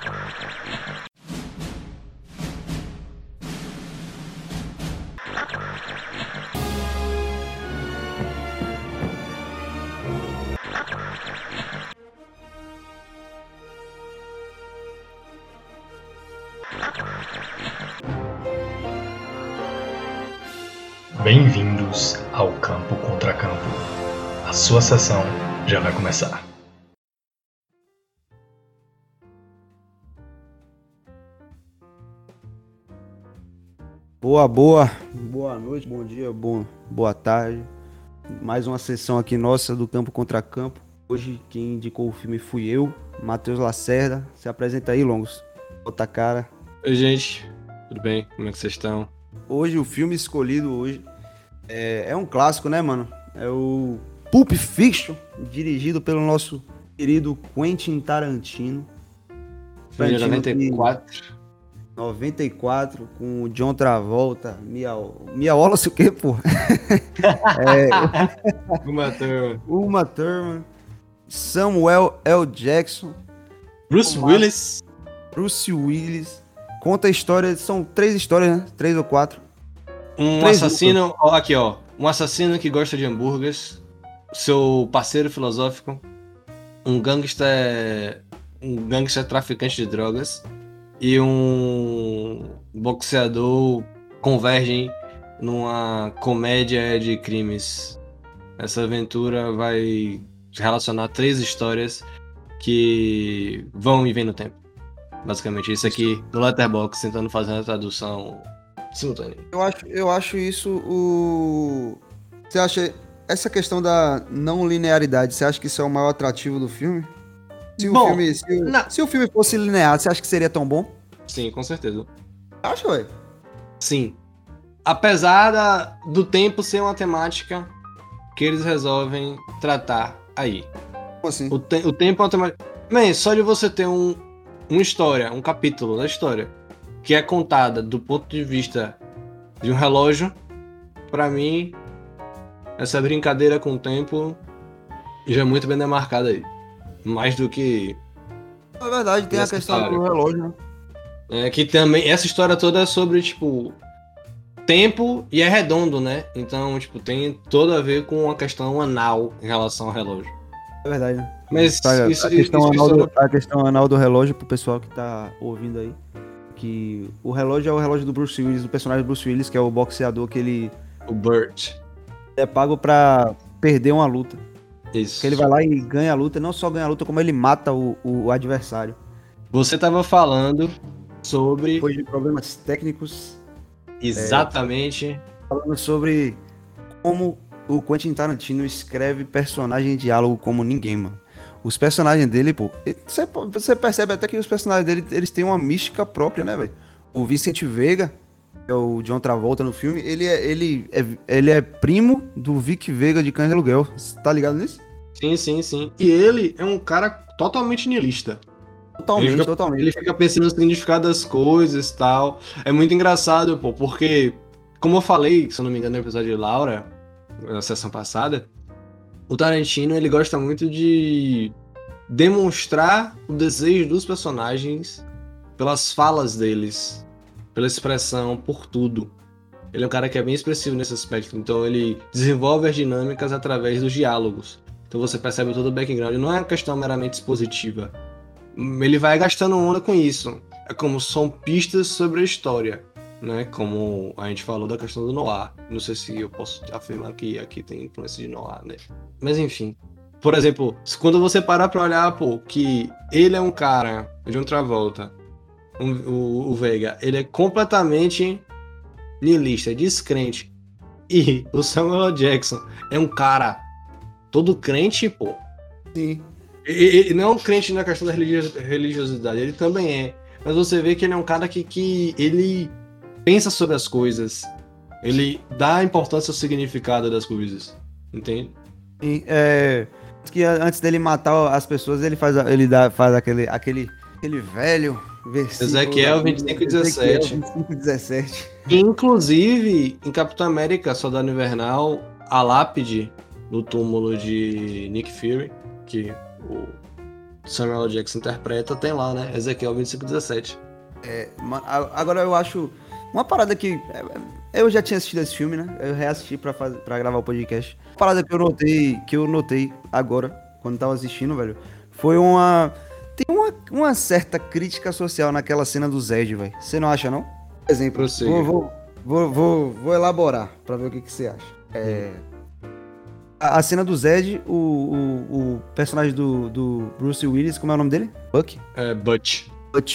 Bem-vindos ao Campo Contra Campo. A sua sessão já vai começar. Boa noite, bom dia, boa tarde. Mais uma sessão aqui nossa do Campo Contra Campo. Hoje quem indicou o filme fui eu, Matheus Lacerda. Se apresenta aí, Longos. Bota a cara. Oi, gente. Tudo bem? Como é que vocês estão? Hoje, o filme escolhido hoje é um clássico, né, mano? É o Pulp Fiction, dirigido pelo nosso querido Quentin Tarantino. Foi em 94. 94, com o John Travolta, Mia Wallace, o quê, pô? Uma Thurman, Samuel L. Jackson, Bruce Willis. Conta a história, são 3 histórias, né? 3 ou 4. Um assassino, aqui ó, um assassino que gosta de hambúrgueres, seu parceiro filosófico, um gangster traficante de drogas e um boxeador convergem numa comédia de crimes. Essa aventura vai relacionar 3 histórias que vão e vêm no tempo. Basicamente, isso aqui no Letterboxd, tentando fazer uma tradução simultânea. Eu acho isso Você acha essa questão da não linearidade, você acha que isso é o maior atrativo do filme? Se o filme fosse linear, você acha que seria tão bom? Sim, com certeza. Acho, ué. Sim. Apesar do tempo ser uma temática que eles resolvem tratar aí. Como assim? O tempo é uma temática... Man, só de você ter uma história, um capítulo da história, que é contada do ponto de vista de um relógio, pra mim, essa brincadeira com o tempo já é muito bem demarcada aí. Mais do que... É verdade, tem a questão do relógio, né? É que também, essa história toda é sobre, tipo, tempo e é redondo, né? Então, tipo, tem todo a ver com uma questão anal em relação ao relógio. É verdade, né? Mas a questão anal do relógio, pro pessoal que tá ouvindo aí, que o relógio é o relógio do Bruce Willis, do personagem Bruce Willis, que é o boxeador que ele... O Burt. É pago pra perder uma luta. Isso. Que ele vai lá e ganha a luta, não só ganha a luta, como ele mata o adversário. Você tava falando sobre... Depois de problemas técnicos. Exatamente. Falando sobre como o Quentin Tarantino escreve personagem em diálogo como ninguém, mano. Os personagens dele, pô... Você percebe até que os personagens dele, eles têm uma mística própria, né, velho? O Vicente Vega, que é o John Travolta no filme, ele é primo do Vic Vega de Cães de Aluguel. Você tá ligado nisso? Sim. E ele é um cara totalmente niilista. Totalmente. Ele fica pensando no significado das coisas e tal. É muito engraçado, pô, porque, como eu falei, se eu não me engano, no episódio de Laura, na sessão passada, o Tarantino, ele gosta muito de demonstrar o desejo dos personagens pelas falas deles, pela expressão, por tudo. Ele é um cara que é bem expressivo nesse aspecto, então ele desenvolve as dinâmicas através dos diálogos. Então você percebe todo o background, não é uma questão meramente expositiva. Ele vai gastando onda com isso. É como são pistas sobre a história, né? Como a gente falou da questão do noir. Não sei se eu posso afirmar que aqui tem influência de noir, né? Mas enfim. Por exemplo, quando você parar pra olhar, pô, que ele é um cara de um Travolta, o Vega, ele é completamente niilista, descrente. E o Samuel L. Jackson é um cara todo crente, pô. Sim. Ele não é um crente na questão da religiosidade, ele também é. Mas você vê que ele é um cara que ele pensa sobre as coisas. Ele dá importância ao significado das coisas. Entende? E, que antes dele matar as pessoas, ele faz aquele velho versículo. Ezequiel 25:17. 25:17. Inclusive, em Capitão América, Soldado Invernal, a lápide no túmulo de Nick Fury, que o Samuel Jackson interpreta, tem lá, né? Ezequiel 25:17. Agora eu acho uma parada que eu já tinha assistido esse filme, né? Eu reassisti pra gravar o podcast. Uma parada que eu notei agora, quando tava assistindo, velho, foi tem uma certa crítica social naquela cena do Zed, velho. Você não acha, não? Por exemplo, vou elaborar pra ver o que você acha. A cena do Zed, o personagem do Bruce Willis, como é o nome dele? Buck? Butch.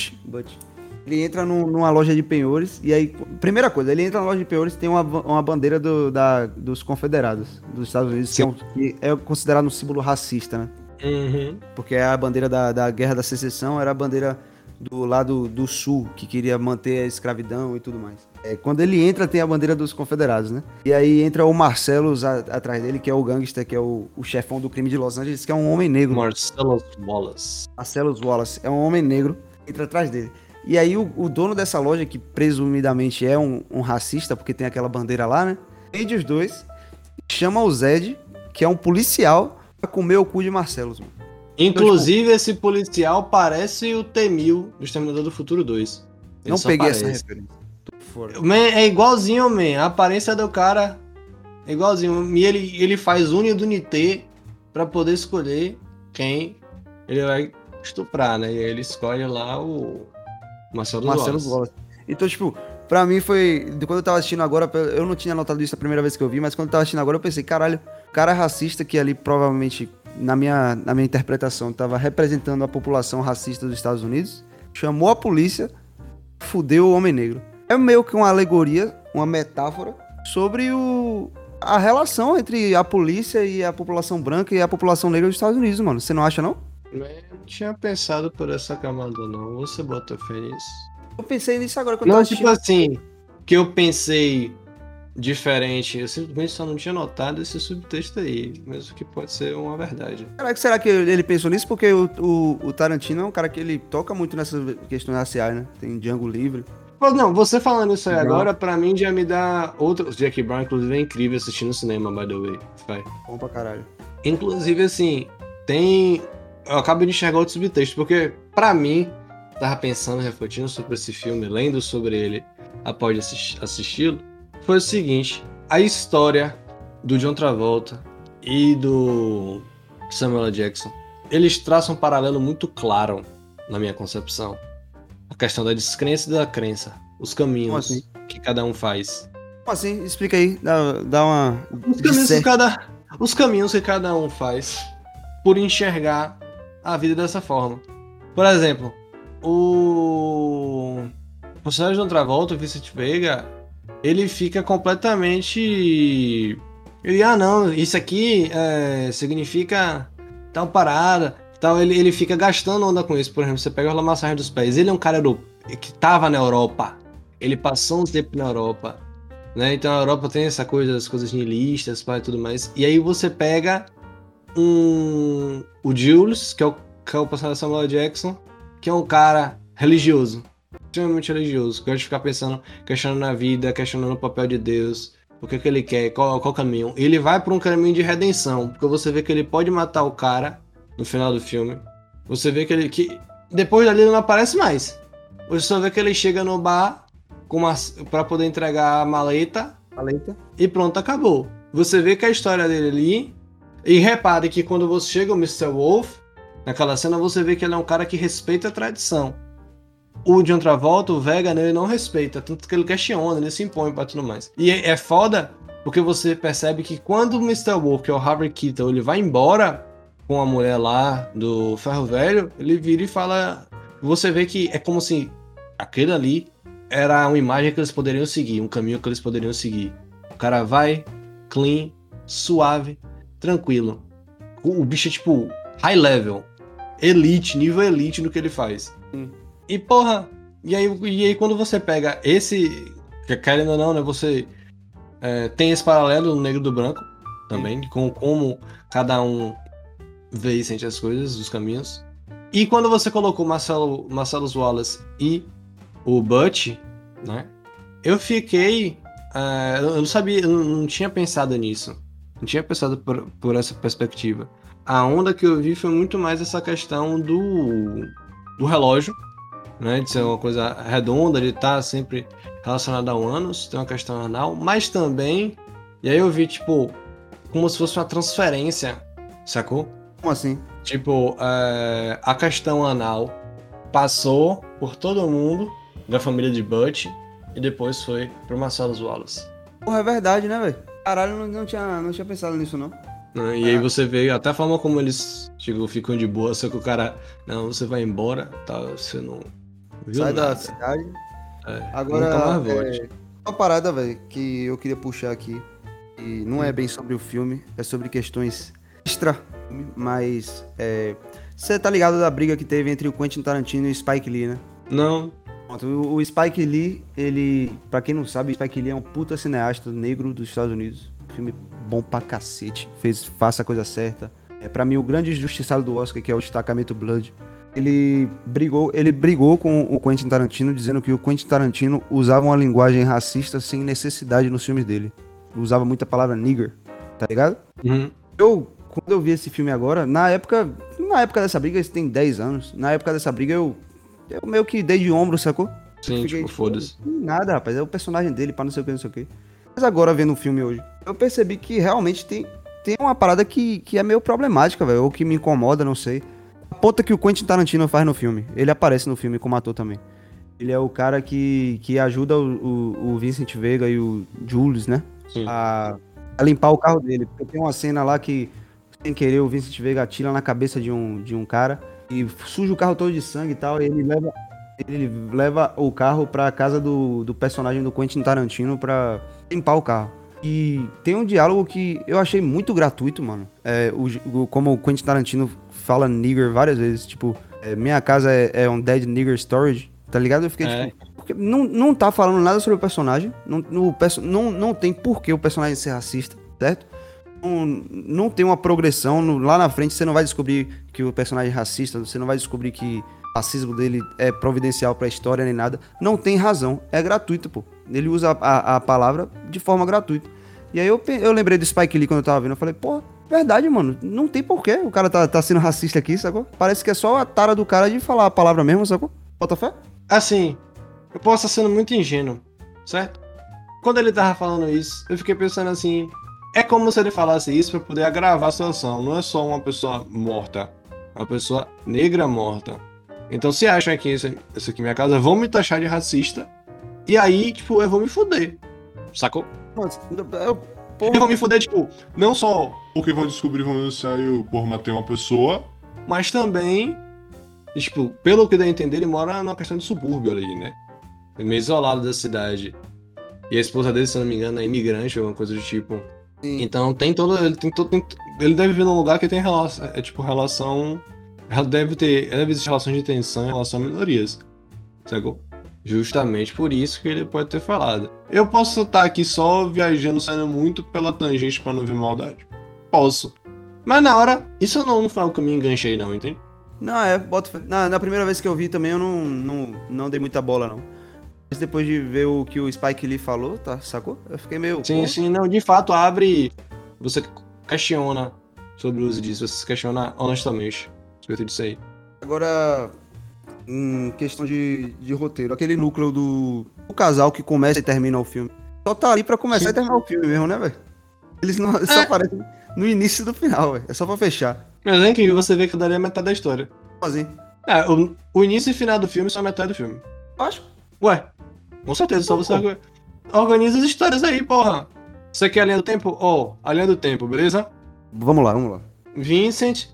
Ele entra numa loja de penhores e aí, primeira coisa, ele entra na loja de penhores e tem uma bandeira dos confederados dos Estados Unidos, que é considerado um símbolo racista, né? Uhum. Porque a bandeira da Guerra da Secessão era a bandeira do lado do sul, que queria manter a escravidão e tudo mais. Quando ele entra, tem a bandeira dos confederados, né? E aí entra o Marcellus atrás dele, que é o gangster, que é o chefão do crime de Los Angeles, que é um homem negro. Marcellus Wallace. É um homem negro, entra atrás dele. E aí o dono dessa loja, que presumidamente é um racista, porque tem aquela bandeira lá, né? Prende os dois, chama o Zed, que é um policial, pra comer o cu de Marcellus, mano. Inclusive, então, esse policial parece o T-1000 do Exterminador do Futuro 2. Ele não peguei essa referência. É igualzinho, man. A aparência do cara é igualzinho. E ele faz unha do Nitê pra poder escolher quem ele vai estuprar, né? E ele escolhe lá o Marcellus Wallace. Então, tipo, pra mim foi... Quando eu tava assistindo agora, eu não tinha notado isso a primeira vez que eu vi, mas quando eu tava assistindo agora eu pensei, caralho, o cara racista que ali provavelmente, na minha interpretação, tava representando a população racista dos Estados Unidos, chamou a polícia, fudeu o homem negro. É meio que uma alegoria, uma metáfora sobre a relação entre a polícia e a população branca e a população negra dos Estados Unidos, mano. Você não acha, não? Eu não tinha pensado por essa camada, não. Você bota fé nisso? Eu pensei nisso agora quando eu tava assistindo. Não, tipo assim, que eu pensei diferente. Eu simplesmente só não tinha notado esse subtexto aí. Mas o que pode ser uma verdade. Será que ele pensou nisso? Porque o Tarantino é um cara que ele toca muito nessas questões raciais, né? Tem Django Livre. Não, você falando isso aí agora, pra mim já me dá outro... Jackie Brown, inclusive, é incrível assistir no cinema, by the way. Vai. Bom pra caralho. Inclusive, assim, eu acabo de enxergar outro subtexto, porque, pra mim, tava pensando, refletindo sobre esse filme, lendo sobre ele após assisti-lo, foi o seguinte: a história do John Travolta e do Samuel L. Jackson, eles traçam um paralelo muito claro, na minha concepção. A questão da descrença e da crença. Os caminhos que cada um faz. Como assim? Explica aí. Dá uma... Os caminhos que cada um faz por enxergar a vida dessa forma. Por exemplo, o personagem de John Travolta, o Vincent Vega, ele fica completamente... não, isso aqui significa tal parada... Então ele fica gastando onda com isso. Por exemplo, você pega a massagem dos pés. Ele é um cara que tava na Europa. Ele passou um tempo na Europa, né? Então a Europa tem essa coisa, as coisas nihilistas e tudo mais. E aí você pega o Jules, que é o personagem de Samuel Jackson, que é um cara religioso, extremamente religioso, que gosta de ficar pensando, questionando a vida, questionando o papel de Deus, o que ele quer, qual o caminho. Ele vai por um caminho de redenção, porque você vê que ele pode matar o cara no final do filme. Você vê que depois dali ele não aparece mais. Você só vê que ele chega no bar pra poder entregar a maleta. E pronto, acabou. Você vê que a história dele ali... E repare que quando você chega o Mr. Wolf, naquela cena, você vê que ele é um cara que respeita a tradição. O John Travolta, o Vega, ele não respeita. Tanto que ele questiona, ele se impõe pra tudo mais. E é foda, porque você percebe que quando o Mr. Wolf, que é o Harvey Keitel, ele vai embora com a mulher lá do Ferro Velho, ele vira e fala... Você vê que é como se aquele ali era uma imagem que eles poderiam seguir, um caminho que eles poderiam seguir. O cara vai, clean, suave, tranquilo. O bicho é tipo high level, elite, nível elite no que ele faz. E porra, e aí quando você pega esse... Querendo ou não, né, você tem esse paralelo no negro do branco também, com como cada um vê e sente as coisas, os caminhos. E quando você colocou Marcellus Wallace e o Butch, né? Eu fiquei... eu não sabia, eu não tinha pensado nisso. Não tinha pensado por essa perspectiva. a onda que eu vi foi muito mais essa questão do relógio, né? De ser uma coisa redonda, de estar sempre relacionado ao ânus, tem uma questão anal, mas também, e aí eu vi, tipo, como se fosse uma transferência, sacou? Como assim? Tipo, a questão anal passou por todo mundo da família de Butch e depois foi pro Marcellus Wallace. Porra, é verdade, né, velho? Caralho, não tinha pensado nisso, não. Né? E aí você vê até a forma como eles tipo, ficam de boa, só que o cara, não, você vai embora, tá? Você não viu Sai nada. da cidade. Nunca mais Agora, volte. uma parada, velho, que eu queria puxar aqui, e não é bem sobre o filme, é sobre questões extra, mas você tá ligado da briga que teve entre o Quentin Tarantino e o Spike Lee, né? Não, Pronto, o Spike Lee, ele, pra quem não sabe, o Spike Lee é um puta cineasta negro dos Estados Unidos. Filme bom pra cacete, Faça a Coisa Certa. Pra mim, o grande injustiçado do Oscar, que é o Destacamento Blood. Ele brigou com o Quentin Tarantino, dizendo que o Quentin Tarantino usava uma linguagem racista sem necessidade nos filmes dele. Usava muita palavra nigger, tá ligado? Uhum. Quando eu vi esse filme agora, na época dessa briga, isso tem 10 anos, na época dessa briga eu meio que dei de ombro, sacou? Sim, Fiquei, tipo, foda-se. Nada, rapaz, é o personagem dele, pra não sei o que, não sei o que. Mas agora, vendo o filme hoje, eu percebi que realmente tem uma parada que é meio problemática, velho, ou que me incomoda, não sei. A ponta que o Quentin Tarantino faz no filme, ele aparece no filme como ator também. Ele é o cara que ajuda o Vincent Vega e o Jules, né? Sim. A limpar o carro dele. Porque tem uma cena lá que, sem querer, o Vincent Vega atira na cabeça de um cara e suja o carro todo de sangue e tal, e ele leva o carro pra casa do personagem do Quentin Tarantino pra limpar o carro. E tem um diálogo que eu achei muito gratuito, mano. Como o Quentin Tarantino fala nigger várias vezes, tipo, minha casa é um dead nigger storage, tá ligado? Eu fiquei tipo, porque não tá falando nada sobre o personagem, não tem por que o personagem ser racista, certo? Não tem uma progressão, lá na frente você não vai descobrir que o personagem é racista, você não vai descobrir que o racismo dele é providencial pra história nem nada. Não tem razão, é gratuito, pô. Ele usa a palavra de forma gratuita. E aí eu lembrei do Spike Lee quando eu tava vendo, eu falei, pô, verdade, mano, não tem porquê o cara tá sendo racista aqui, sacou? Parece que é só a tara do cara de falar a palavra mesmo, sacou? Bota fé? Assim, eu posso estar sendo muito ingênuo, certo? Quando ele tava falando isso, eu fiquei pensando assim, é como se ele falasse isso pra poder agravar a situação. Não é só uma pessoa morta, é uma pessoa negra morta. Então se acham que isso aqui é minha casa, vão me taxar de racista. E aí, tipo, eu vou me fuder. Sacou? Eu vou me fuder, tipo, não só Porque vão descobrir que eu saio por matar uma pessoa. mas também, tipo, pelo que dá a entender, ele mora numa questão de subúrbio ali, né? Meio isolado da cidade. E a esposa dele, se eu não me engano, é imigrante, alguma coisa do tipo. Sim. Então ele deve viver num lugar que tem relação. Relação. Deve existir relações de tensão em relação a minorias. Sacou? Justamente por isso que ele pode ter falado. Eu posso estar aqui só viajando, saindo muito pela tangente pra não ver maldade. Posso. Mas na hora, isso não foi algo que eu me enganchei, não, entende? Não, na primeira vez que eu vi também eu não dei muita bola, não. Mas depois de ver o que o Spike Lee falou, tá, sacou? Eu fiquei meio... Sim, não, de fato abre. Você questiona sobre o uso disso, você se questiona honestamente sobre disso aí. Agora, em questão de roteiro, aquele núcleo do casal que começa e termina o filme. Só tá ali pra começar e terminar o filme mesmo, né, velho? Eles não só aparecem no início do final, velho. É só pra fechar. Mas é incrível você ver que daria metade da história. Assim, O início e final do filme são a metade do filme. acho. Ué, com certeza, só você organiza as histórias aí, porra. Você quer a linha do tempo? A linha do tempo, beleza? Vamos lá. Vincent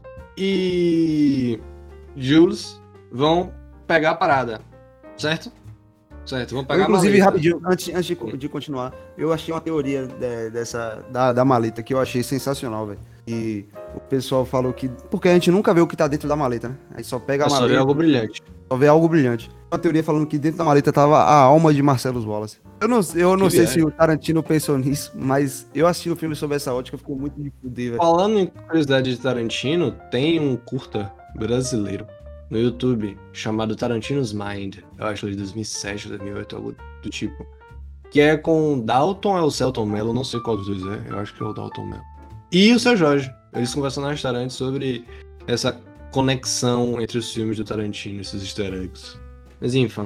e Jules vão pegar a parada, certo? Certo, vão pegar Inclusive, a maleta. rapidinho, antes de continuar, eu achei uma teoria da maleta que eu achei sensacional, velho. E o pessoal falou que... Porque a gente nunca vê o que tá dentro da maleta, né? Aí só pega a Só maleta... vê algo brilhante. Só vê algo brilhante. Uma teoria falando que dentro da maleta tava a alma de Marcellus Wallace. Eu não sei se o Tarantino pensou nisso, mas eu assisti o filme sob essa ótica, ficou muito de fuder, velho. Falando em curiosidade de Tarantino, tem um curta brasileiro no YouTube chamado Tarantino's Mind. Eu acho de 2007, 2008, algo do tipo. Que é com Dalton, é o Celton Mello, não sei qual dos dois é. Eu acho que é o Dalton Mello. E o Seu Jorge. Eles conversam no restaurante sobre essa conexão entre os filmes do Tarantino, esses easter eggs. Mas enfim.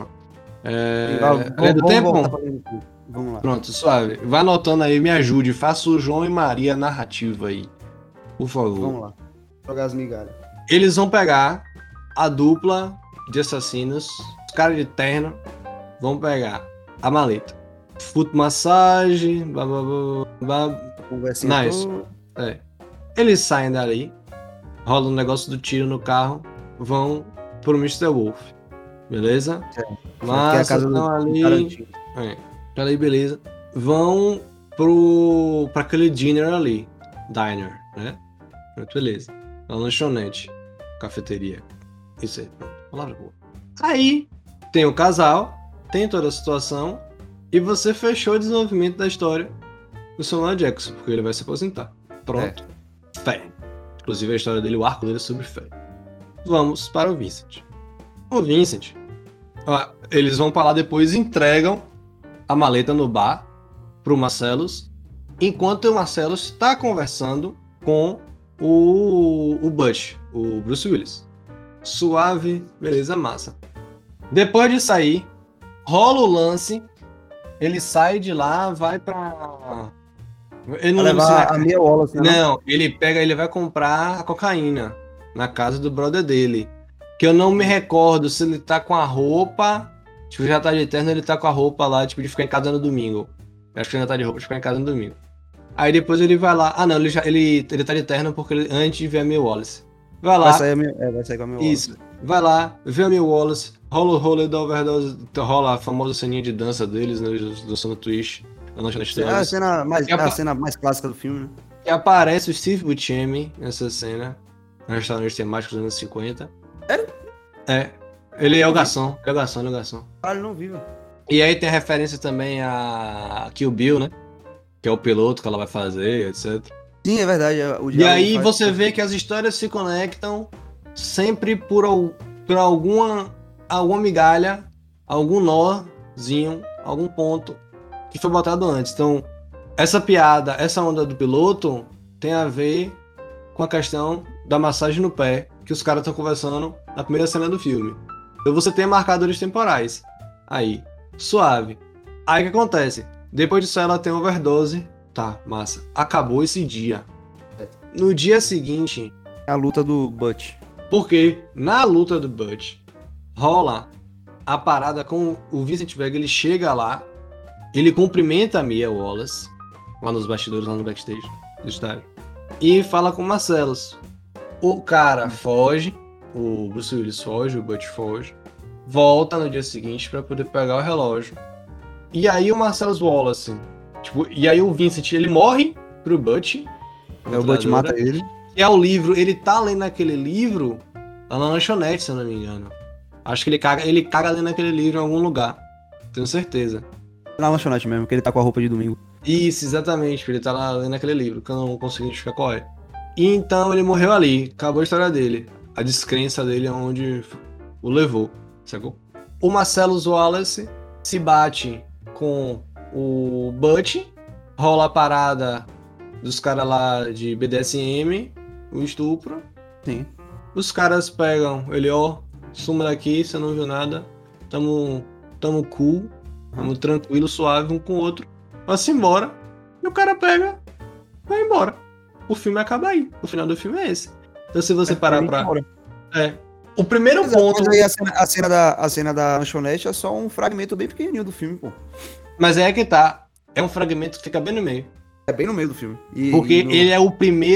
Linha do tempo? Vamos lá. Pronto, suave. Vai anotando aí, me ajude. Faça o João e Maria narrativa aí. Por favor. Vamos lá. Jogar as migalhas. Eles vão pegar a dupla de assassinos, os caras de terno, vão pegar a maleta. Foot massage, Conversinha nice. Eles saem dali, rola um negócio do tiro no carro, vão pro Mr. Wolf. Beleza? Mas a casa estão ali. Tarantino. Ali, beleza. Vão pra aquele diner, né? Pronto, beleza. A lanchonete, cafeteria. Isso aí, palavra boa. Aí, tem o casal, tem toda a situação, e você fechou o desenvolvimento da história do Samuel Jackson, porque ele vai se aposentar. Pronto. Fé. Inclusive a história dele, o arco dele é sobre fé. Vamos para o Vincent. O Vincent, eles vão pra lá depois e entregam a maleta no bar pro Marcellus, enquanto o Marcellus está conversando com o Butch, o Bruce Willis. Suave, beleza, massa. Depois de sair, rola o lance, ele sai de lá, vai pra... Ele não lembra levar a Mia Wallace, né? Não, ele vai comprar a cocaína na casa do brother dele. Que eu não me recordo se ele tá com a roupa... Tipo, já tá de terno, ele tá com a roupa lá, tipo, de ficar em casa no domingo. Eu acho que ele ainda tá de roupa de ficar em casa no domingo. Aí depois ele vai lá... Ah, não, ele tá de terno porque antes de ver a Mia Wallace. Vai lá... Vai sair com a Mia Wallace. Isso. Vai lá, vê a Mia Wallace, rola o rolê da overdose, rola a famosa ceninha de dança deles, né, dançando Twitch. A cena mais clássica do filme, né? E aparece o Steve Buscemi nessa cena, no restaurante temático dos anos 50. Ele é o garçom, ele é o garçom. Ah, ele não vive. E aí tem a referência também a Kill Bill, né? Que é o piloto que ela vai fazer, etc. Sim, é verdade. E aí você vê que as histórias se conectam sempre por alguma migalha, algum nozinho, algum ponto que foi botado antes. Então, essa piada, essa onda do piloto tem a ver com a questão da massagem no pé que os caras estão conversando na primeira cena do filme. Então você tem marcadores temporais. Aí, suave. Aí o que acontece? Depois disso ela tem overdose. Tá, massa. Acabou esse dia. No dia seguinte... A luta do Butch. Porque na luta do Butch, rola a parada com o Vincent Vega. Ele chega lá, ele cumprimenta a Mia Wallace, lá nos bastidores, lá no backstage do estádio, e fala com o Marcellus. O cara foge, o Bruce Willis foge, o Butch foge, volta no dia seguinte pra poder pegar o relógio. E aí o Marcellus Wallace, e aí o Vincent, ele morre pro Butch. O Butch mata ele. Que é o livro, ele tá lendo aquele livro lá na lanchonete, se eu não me engano. Acho que ele caga lendo aquele livro em algum lugar. Tenho certeza. Na lanchonete mesmo, que ele tá com a roupa de domingo. Isso, exatamente. Ele tá lá lendo aquele livro, que eu não consigo identificar qual é. E então ele morreu ali. Acabou a história dele. A descrença dele é onde o levou, sacou? O Marcellus Wallace se bate com o Butch. Rola a parada dos caras lá de BDSM, o estupro. Sim. Os caras pegam ele, suma daqui, você não viu nada. Tamo cool, tamo tranquilo, suave um com o outro. Vai-se embora. E o cara pega, vai embora. O filme acaba aí. O final do filme é esse. Então se você parar pra... O primeiro ponto... Mas aí a cena da lanchonete é só um fragmento bem pequenininho do filme, pô. Mas é que tá. É um fragmento que fica bem no meio. É bem no meio do filme. Porque ele é o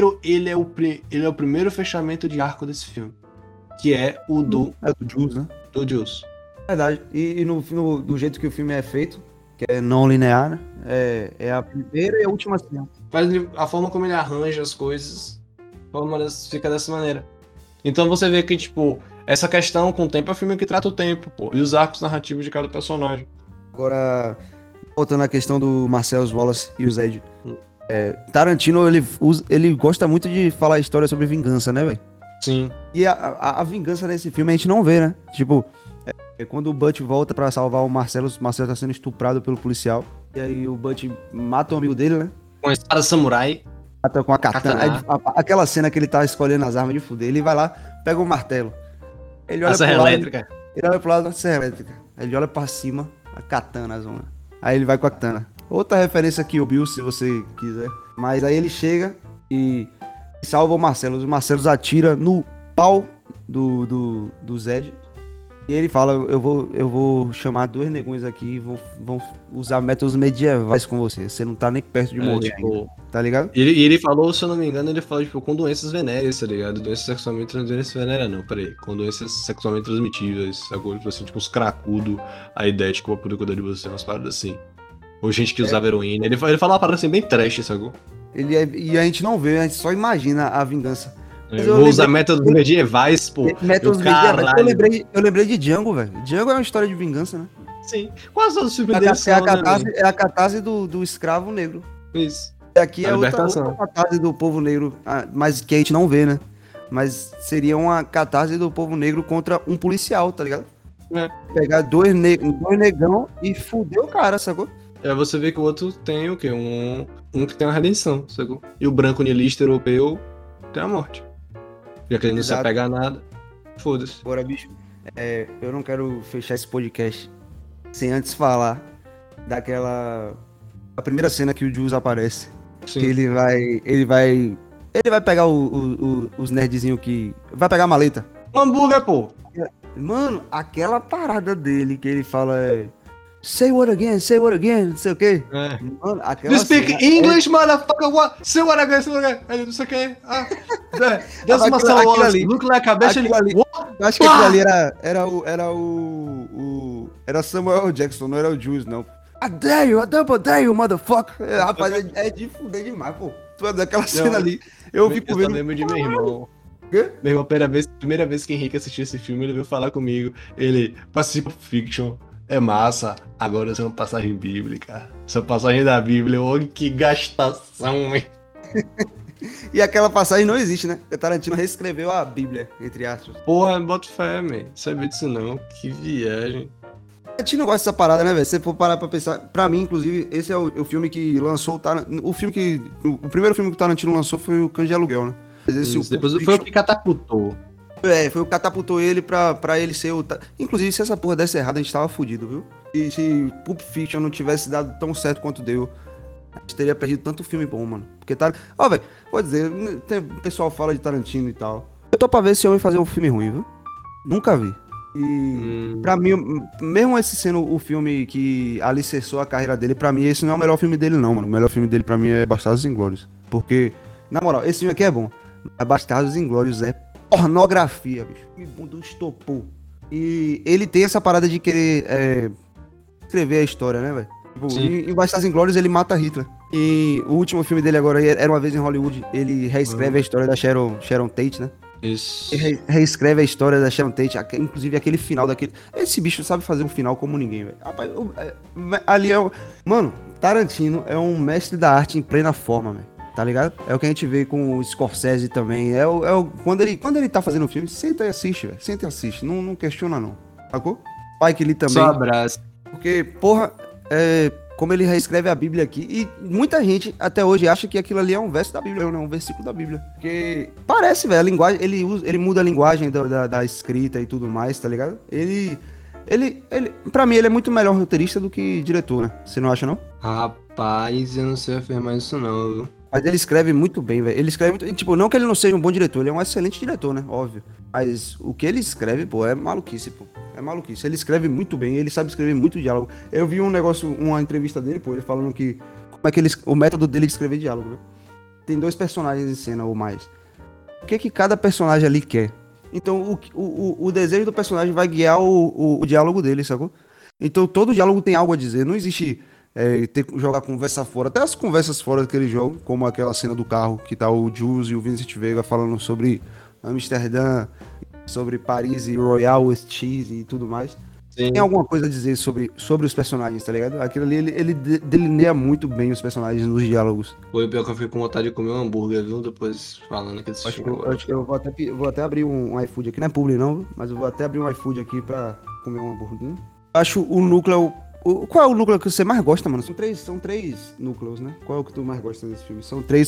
primeiro fechamento de arco desse filme. Que é o do... É do Jules, né? Do Jules. Verdade. E do jeito que o filme é feito, que é não linear, né? É a primeira e a última cena. Mas a forma como ele arranja as coisas, fica dessa maneira. Então você vê que, essa questão com o tempo é o filme que trata o tempo, pô. E os arcos narrativos de cada personagem. Agora, voltando à questão do Marcellus Wallace e o Zed. Tarantino, ele gosta muito de falar história sobre vingança, né, velho? Sim. E a vingança nesse filme a gente não vê, né? Quando o Butch volta pra salvar o Marcellus tá sendo estuprado pelo policial. E aí o Butch mata o amigo dele, né? Com a espada samurai. Mata com a katana. Katana. Aí, aquela cena que ele tá escolhendo as armas de fuder, ele vai lá, pega o martelo. Ele olha A serra pro lado, elétrica. ele olha pro lado da serra elétrica. Aí ele olha pra cima, a katana, zona. Aí ele vai com a katana. Outra referência aqui, o Bill, se você quiser. Mas aí ele chega e salva o Marcelo. Os Marcelos atira no pau do Zed. E ele fala, eu vou chamar 2 negões aqui e vão usar métodos medievais com você. Você não tá nem perto de morrer ainda, tá ligado? E ele falou, se eu não me engano, ele falou, tipo, com doenças venéreas, tá ligado? Doenças sexualmente venéreas não, peraí. Com doenças sexualmente transmitíveis, agora, assim, tipo, uns cracudos, aidéticos pra poder cuidar de você, umas paradas assim. Ou gente que usava heroína. Ele fala uma parada assim, bem trash, sacou? E a gente não vê, a gente só imagina a vingança. Mas Eu vou usar métodos medievais, pô. Métodos Caralho. medievais. Eu lembrei de Django, velho. Django é uma história de vingança, né? Sim. Quase todos os filmes É dele a são, né, catarse, velho? é a catarse do escravo negro. Isso. E aqui A é outra libertação. catarse do povo negro, mas que a gente não vê, né? Mas seria uma catarse do povo negro contra um policial, tá ligado? É. Pegar dois negão e fuder o cara, sacou? Aí você vê que o outro tem o quê? Um que tem uma redenção, sacou? E o branco niilista europeu tem a morte. Já que ele não se Exato. apega a nada, foda-se. Agora, bicho, eu não quero fechar esse podcast sem antes falar daquela... A primeira cena que o Jules aparece. Sim. Que ele vai pegar os nerdzinhos que... Vai pegar a maleta. Um hambúrguer, pô! Mano, aquela parada dele que ele fala say what again, não sei o quê. É. Mano, aquela You speak cena English, motherfucker, what? Say what again, Ele não sei o que. That's my Aquilo soul. ali- Look like a bitch. aquilo ali- What? Eu acho que aquilo ali era Samuel Jackson, não era o Jules, não. I double dare you, motherfucker. Rapaz, é de fuder demais, pô. Tu é daquela cena ali. Eu fico Eu vendo... lembro de meu irmão. Quê? Meu irmão, primeira vez que Henrique assistiu esse filme, ele veio falar comigo. Ele, Pacific Fiction, é massa. Agora eu sou uma passagem bíblica. Sua passagem da Bíblia, olha que gastação, hein? E aquela passagem não existe, né? O Tarantino reescreveu a Bíblia, entre aspas. Porra, bota fé, man. Sabia disso não. Que viagem. A gente não gosta dessa parada, né, velho? Se você for parar pra pensar... Pra mim, inclusive, esse é o filme que lançou o Tarantino... O primeiro filme que o Tarantino lançou foi o Cães de Aluguel, né? Mas esse, Isso, depois foi o que catapultou. foi o que catapultou ele pra ele ser o... Inclusive, se essa porra desse errado, a gente tava fudido, viu? E se Pulp Fiction não tivesse dado tão certo quanto deu, a gente teria perdido tanto filme bom, mano. Porque tá... Ó, velho, vou dizer, o pessoal fala de Tarantino e tal. Eu tô pra ver esse homem fazer um filme ruim, viu? Nunca vi. E pra mim, mesmo esse sendo o filme que alicerçou a carreira dele, pra mim esse não é o melhor filme dele não, mano. O melhor filme dele pra mim é Bastardos Inglórios. Porque, na moral, esse filme aqui é bom. Mas Bastardos Inglórios é pornografia, bicho. Me bunda estopou. E ele tem essa parada de querer escrever a história, né, velho? Tipo, em Bastardos Inglórios ele mata Hitler. E o último filme dele agora, Era Uma Vez em Hollywood, ele reescreve a história da Sharon Tate, né? Isso. Reescreve a história da Sharon Tate, inclusive aquele final daquele... Esse bicho sabe fazer um final como ninguém, velho. Rapaz, ali é o... Mano, Tarantino é um mestre da arte em plena forma, velho. Tá ligado? É o que a gente vê com o Scorsese também. Quando ele tá fazendo o filme, senta e assiste, velho. Senta e assiste. Não questiona, não. Sacou? Spike Lee também. Só abraço. Porque, porra, como ele reescreve a Bíblia aqui, e muita gente até hoje acha que aquilo ali é um verso da Bíblia, não é um versículo da Bíblia. Porque parece, velho, a linguagem, ele muda a linguagem da escrita e tudo mais, tá ligado? Pra mim, ele é muito melhor roteirista do que diretor, né? Você não acha, não? Rapaz, eu não sei afirmar isso não, viu? Mas ele escreve muito bem, velho. Ele escreve muito... Tipo, não que ele não seja um bom diretor, ele é um excelente diretor, né? Óbvio. Mas o que ele escreve, pô, é maluquice, pô. É maluquice. Ele escreve muito bem, ele sabe escrever muito diálogo. Eu vi uma entrevista dele, pô, ele falando que... Como é que o método dele de escrever diálogo, né? Tem 2 personagens em cena ou mais. O que cada personagem ali quer? Então, o desejo do personagem vai guiar o diálogo dele, sacou? Então, todo diálogo tem algo a dizer. Não existe... ter que jogar conversa fora, até as conversas fora daquele jogo, como aquela cena do carro que tá o Jules e o Vincent Vega falando sobre Amsterdã, sobre Paris e Royal with Cheese e tudo mais. Sim. Tem alguma coisa a dizer sobre os personagens, tá ligado? Aquilo ali, ele delineia muito bem os personagens nos diálogos. Foi pior que eu fiquei com vontade de comer um hambúrguer, viu? Depois falando que esse Acho filme. que eu vou até abrir um iFood aqui, não é publi não, mas eu vou até abrir um iFood aqui pra comer um hambúrguer. Acho o núcleo Qual é o núcleo que você mais gosta, mano? São três núcleos, né? Qual é o que tu mais gosta desse filme?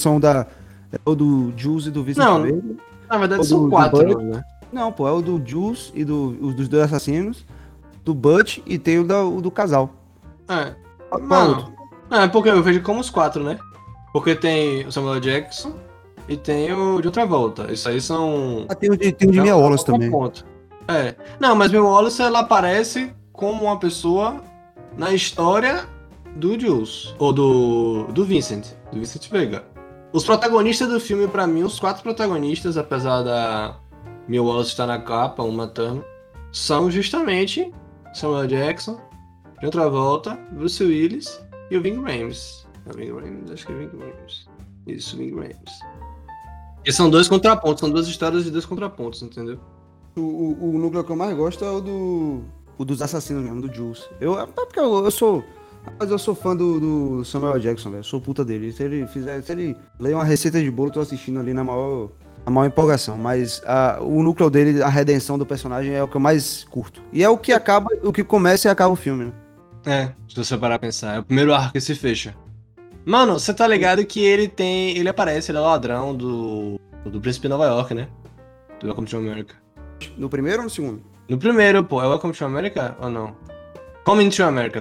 É o do Jules e do Vincent Não, Vega. na verdade O são do 4, Butch. né? Não, pô, é o do Jules e dos dois assassinos, do Butch e tem o do casal. É. Qual Mano, outro? porque eu vejo como os 4, né? Porque tem o Samuel Jackson e tem o de outra volta. Isso aí são. Ah, tem o de Mia Wallace também. Ponto. É. Não, mas Mia Wallace ela aparece como uma pessoa na história do Jules. Ou do Vincent. Do Vincent Vega. Os protagonistas do filme, pra mim, os 4 protagonistas, apesar da Mia Wallace estar na capa, uma turma, são justamente Samuel Jackson, de outra volta, Bruce Willis e o Ving Rhames. Acho que é Ving Rhames. Isso, Ving Rhames. E são 2 contrapontos, são 2 histórias de 2 contrapontos, entendeu? O núcleo que eu mais gosto é o dos assassinos mesmo, do Jules. Porque eu sou. Mas eu sou fã do Samuel Jackson, velho. Eu sou puta dele. Se ele ler uma receita de bolo, eu tô assistindo ali na maior empolgação. Mas o núcleo dele, a redenção do personagem é o que eu mais curto. E é o que começa e acaba o filme, né? É, se você parar pra pensar, é o primeiro arco que se fecha. Mano, você tá ligado que ele aparece, ele é ladrão do Príncipe de Nova York, né? Do Welcome to America. No primeiro ou no segundo? No primeiro, pô, é Welcome to America ou não? Coming to America.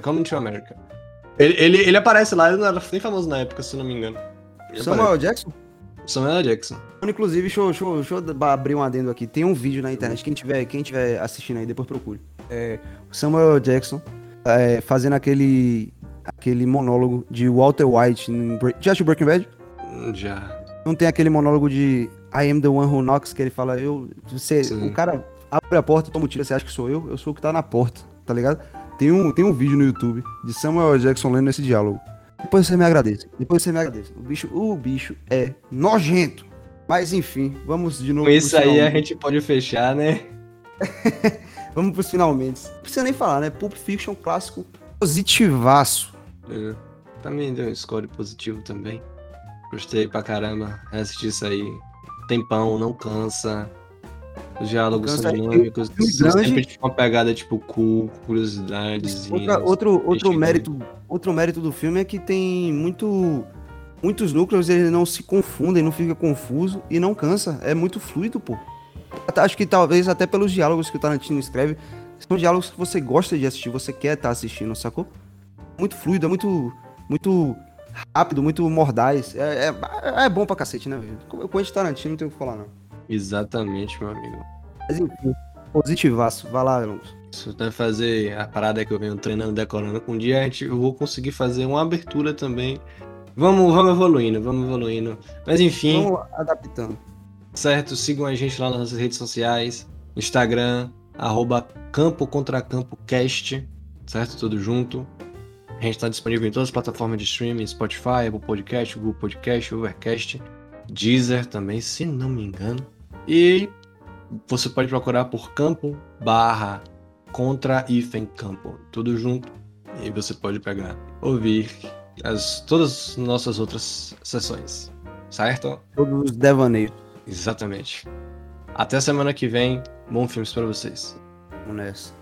Ele aparece lá, ele não era nem famoso na época, se não me engano. Samuel Jackson? Samuel Jackson. Inclusive, deixa eu abrir um adendo aqui. Tem um vídeo na internet, quem tiver assistindo aí, depois procure. O Samuel Jackson fazendo aquele monólogo de Walter White. Já assistiu Breaking Bad? Já. Não tem aquele monólogo de I am the one who knocks, que ele fala, o cara abre a porta e toma um tiro, você acha que sou eu? Eu sou o que tá na porta, tá ligado? Tem um vídeo no YouTube de Samuel Jackson lendo esse diálogo. Depois você me agradece. O bicho é nojento. Mas enfim, vamos de novo. Com isso aí a gente pode fechar, né? Vamos pros finalmente. Não precisa nem falar, né? Pulp Fiction, clássico, positivaço. Também deu um score positivo também. Gostei pra caramba. Assistir isso aí. Tempão, não cansa. Os diálogos são dinâmicos. Sempre tipo uma pegada tipo curiosidades. Outro mérito do filme é que tem muitos núcleos, eles não se confundem, não fica confuso e não cansa. É muito fluido, pô. Acho que talvez até pelos diálogos que o Tarantino escreve, são diálogos que você gosta de assistir, você quer estar assistindo, sacou? Muito fluido, é muito rápido, muito mordaz. É bom pra cacete, né, velho? O Quentin Tarantino não tem o que falar, não. Exatamente, meu amigo. Mas enfim, positivaço. Vai lá, Alonso. Isso vai fazer a parada que eu venho treinando, decorando. Com um dia eu vou conseguir fazer uma abertura também. Vamos evoluindo. Mas enfim. Vamos adaptando. Certo? Sigam a gente lá nas nossas redes sociais. Instagram, @CampoContraCampoCast. Certo? Tudo junto. A gente está disponível em todas as plataformas de streaming. Spotify, Apple Podcast, Google Podcast, Overcast. Deezer também, se não me engano. E você pode procurar por campo/contra-campo, tudo junto. E você pode ouvir todas as nossas outras sessões, certo? Todos os devaneios. Exatamente. Até semana que vem. Bons filmes para vocês. Vamos nessa.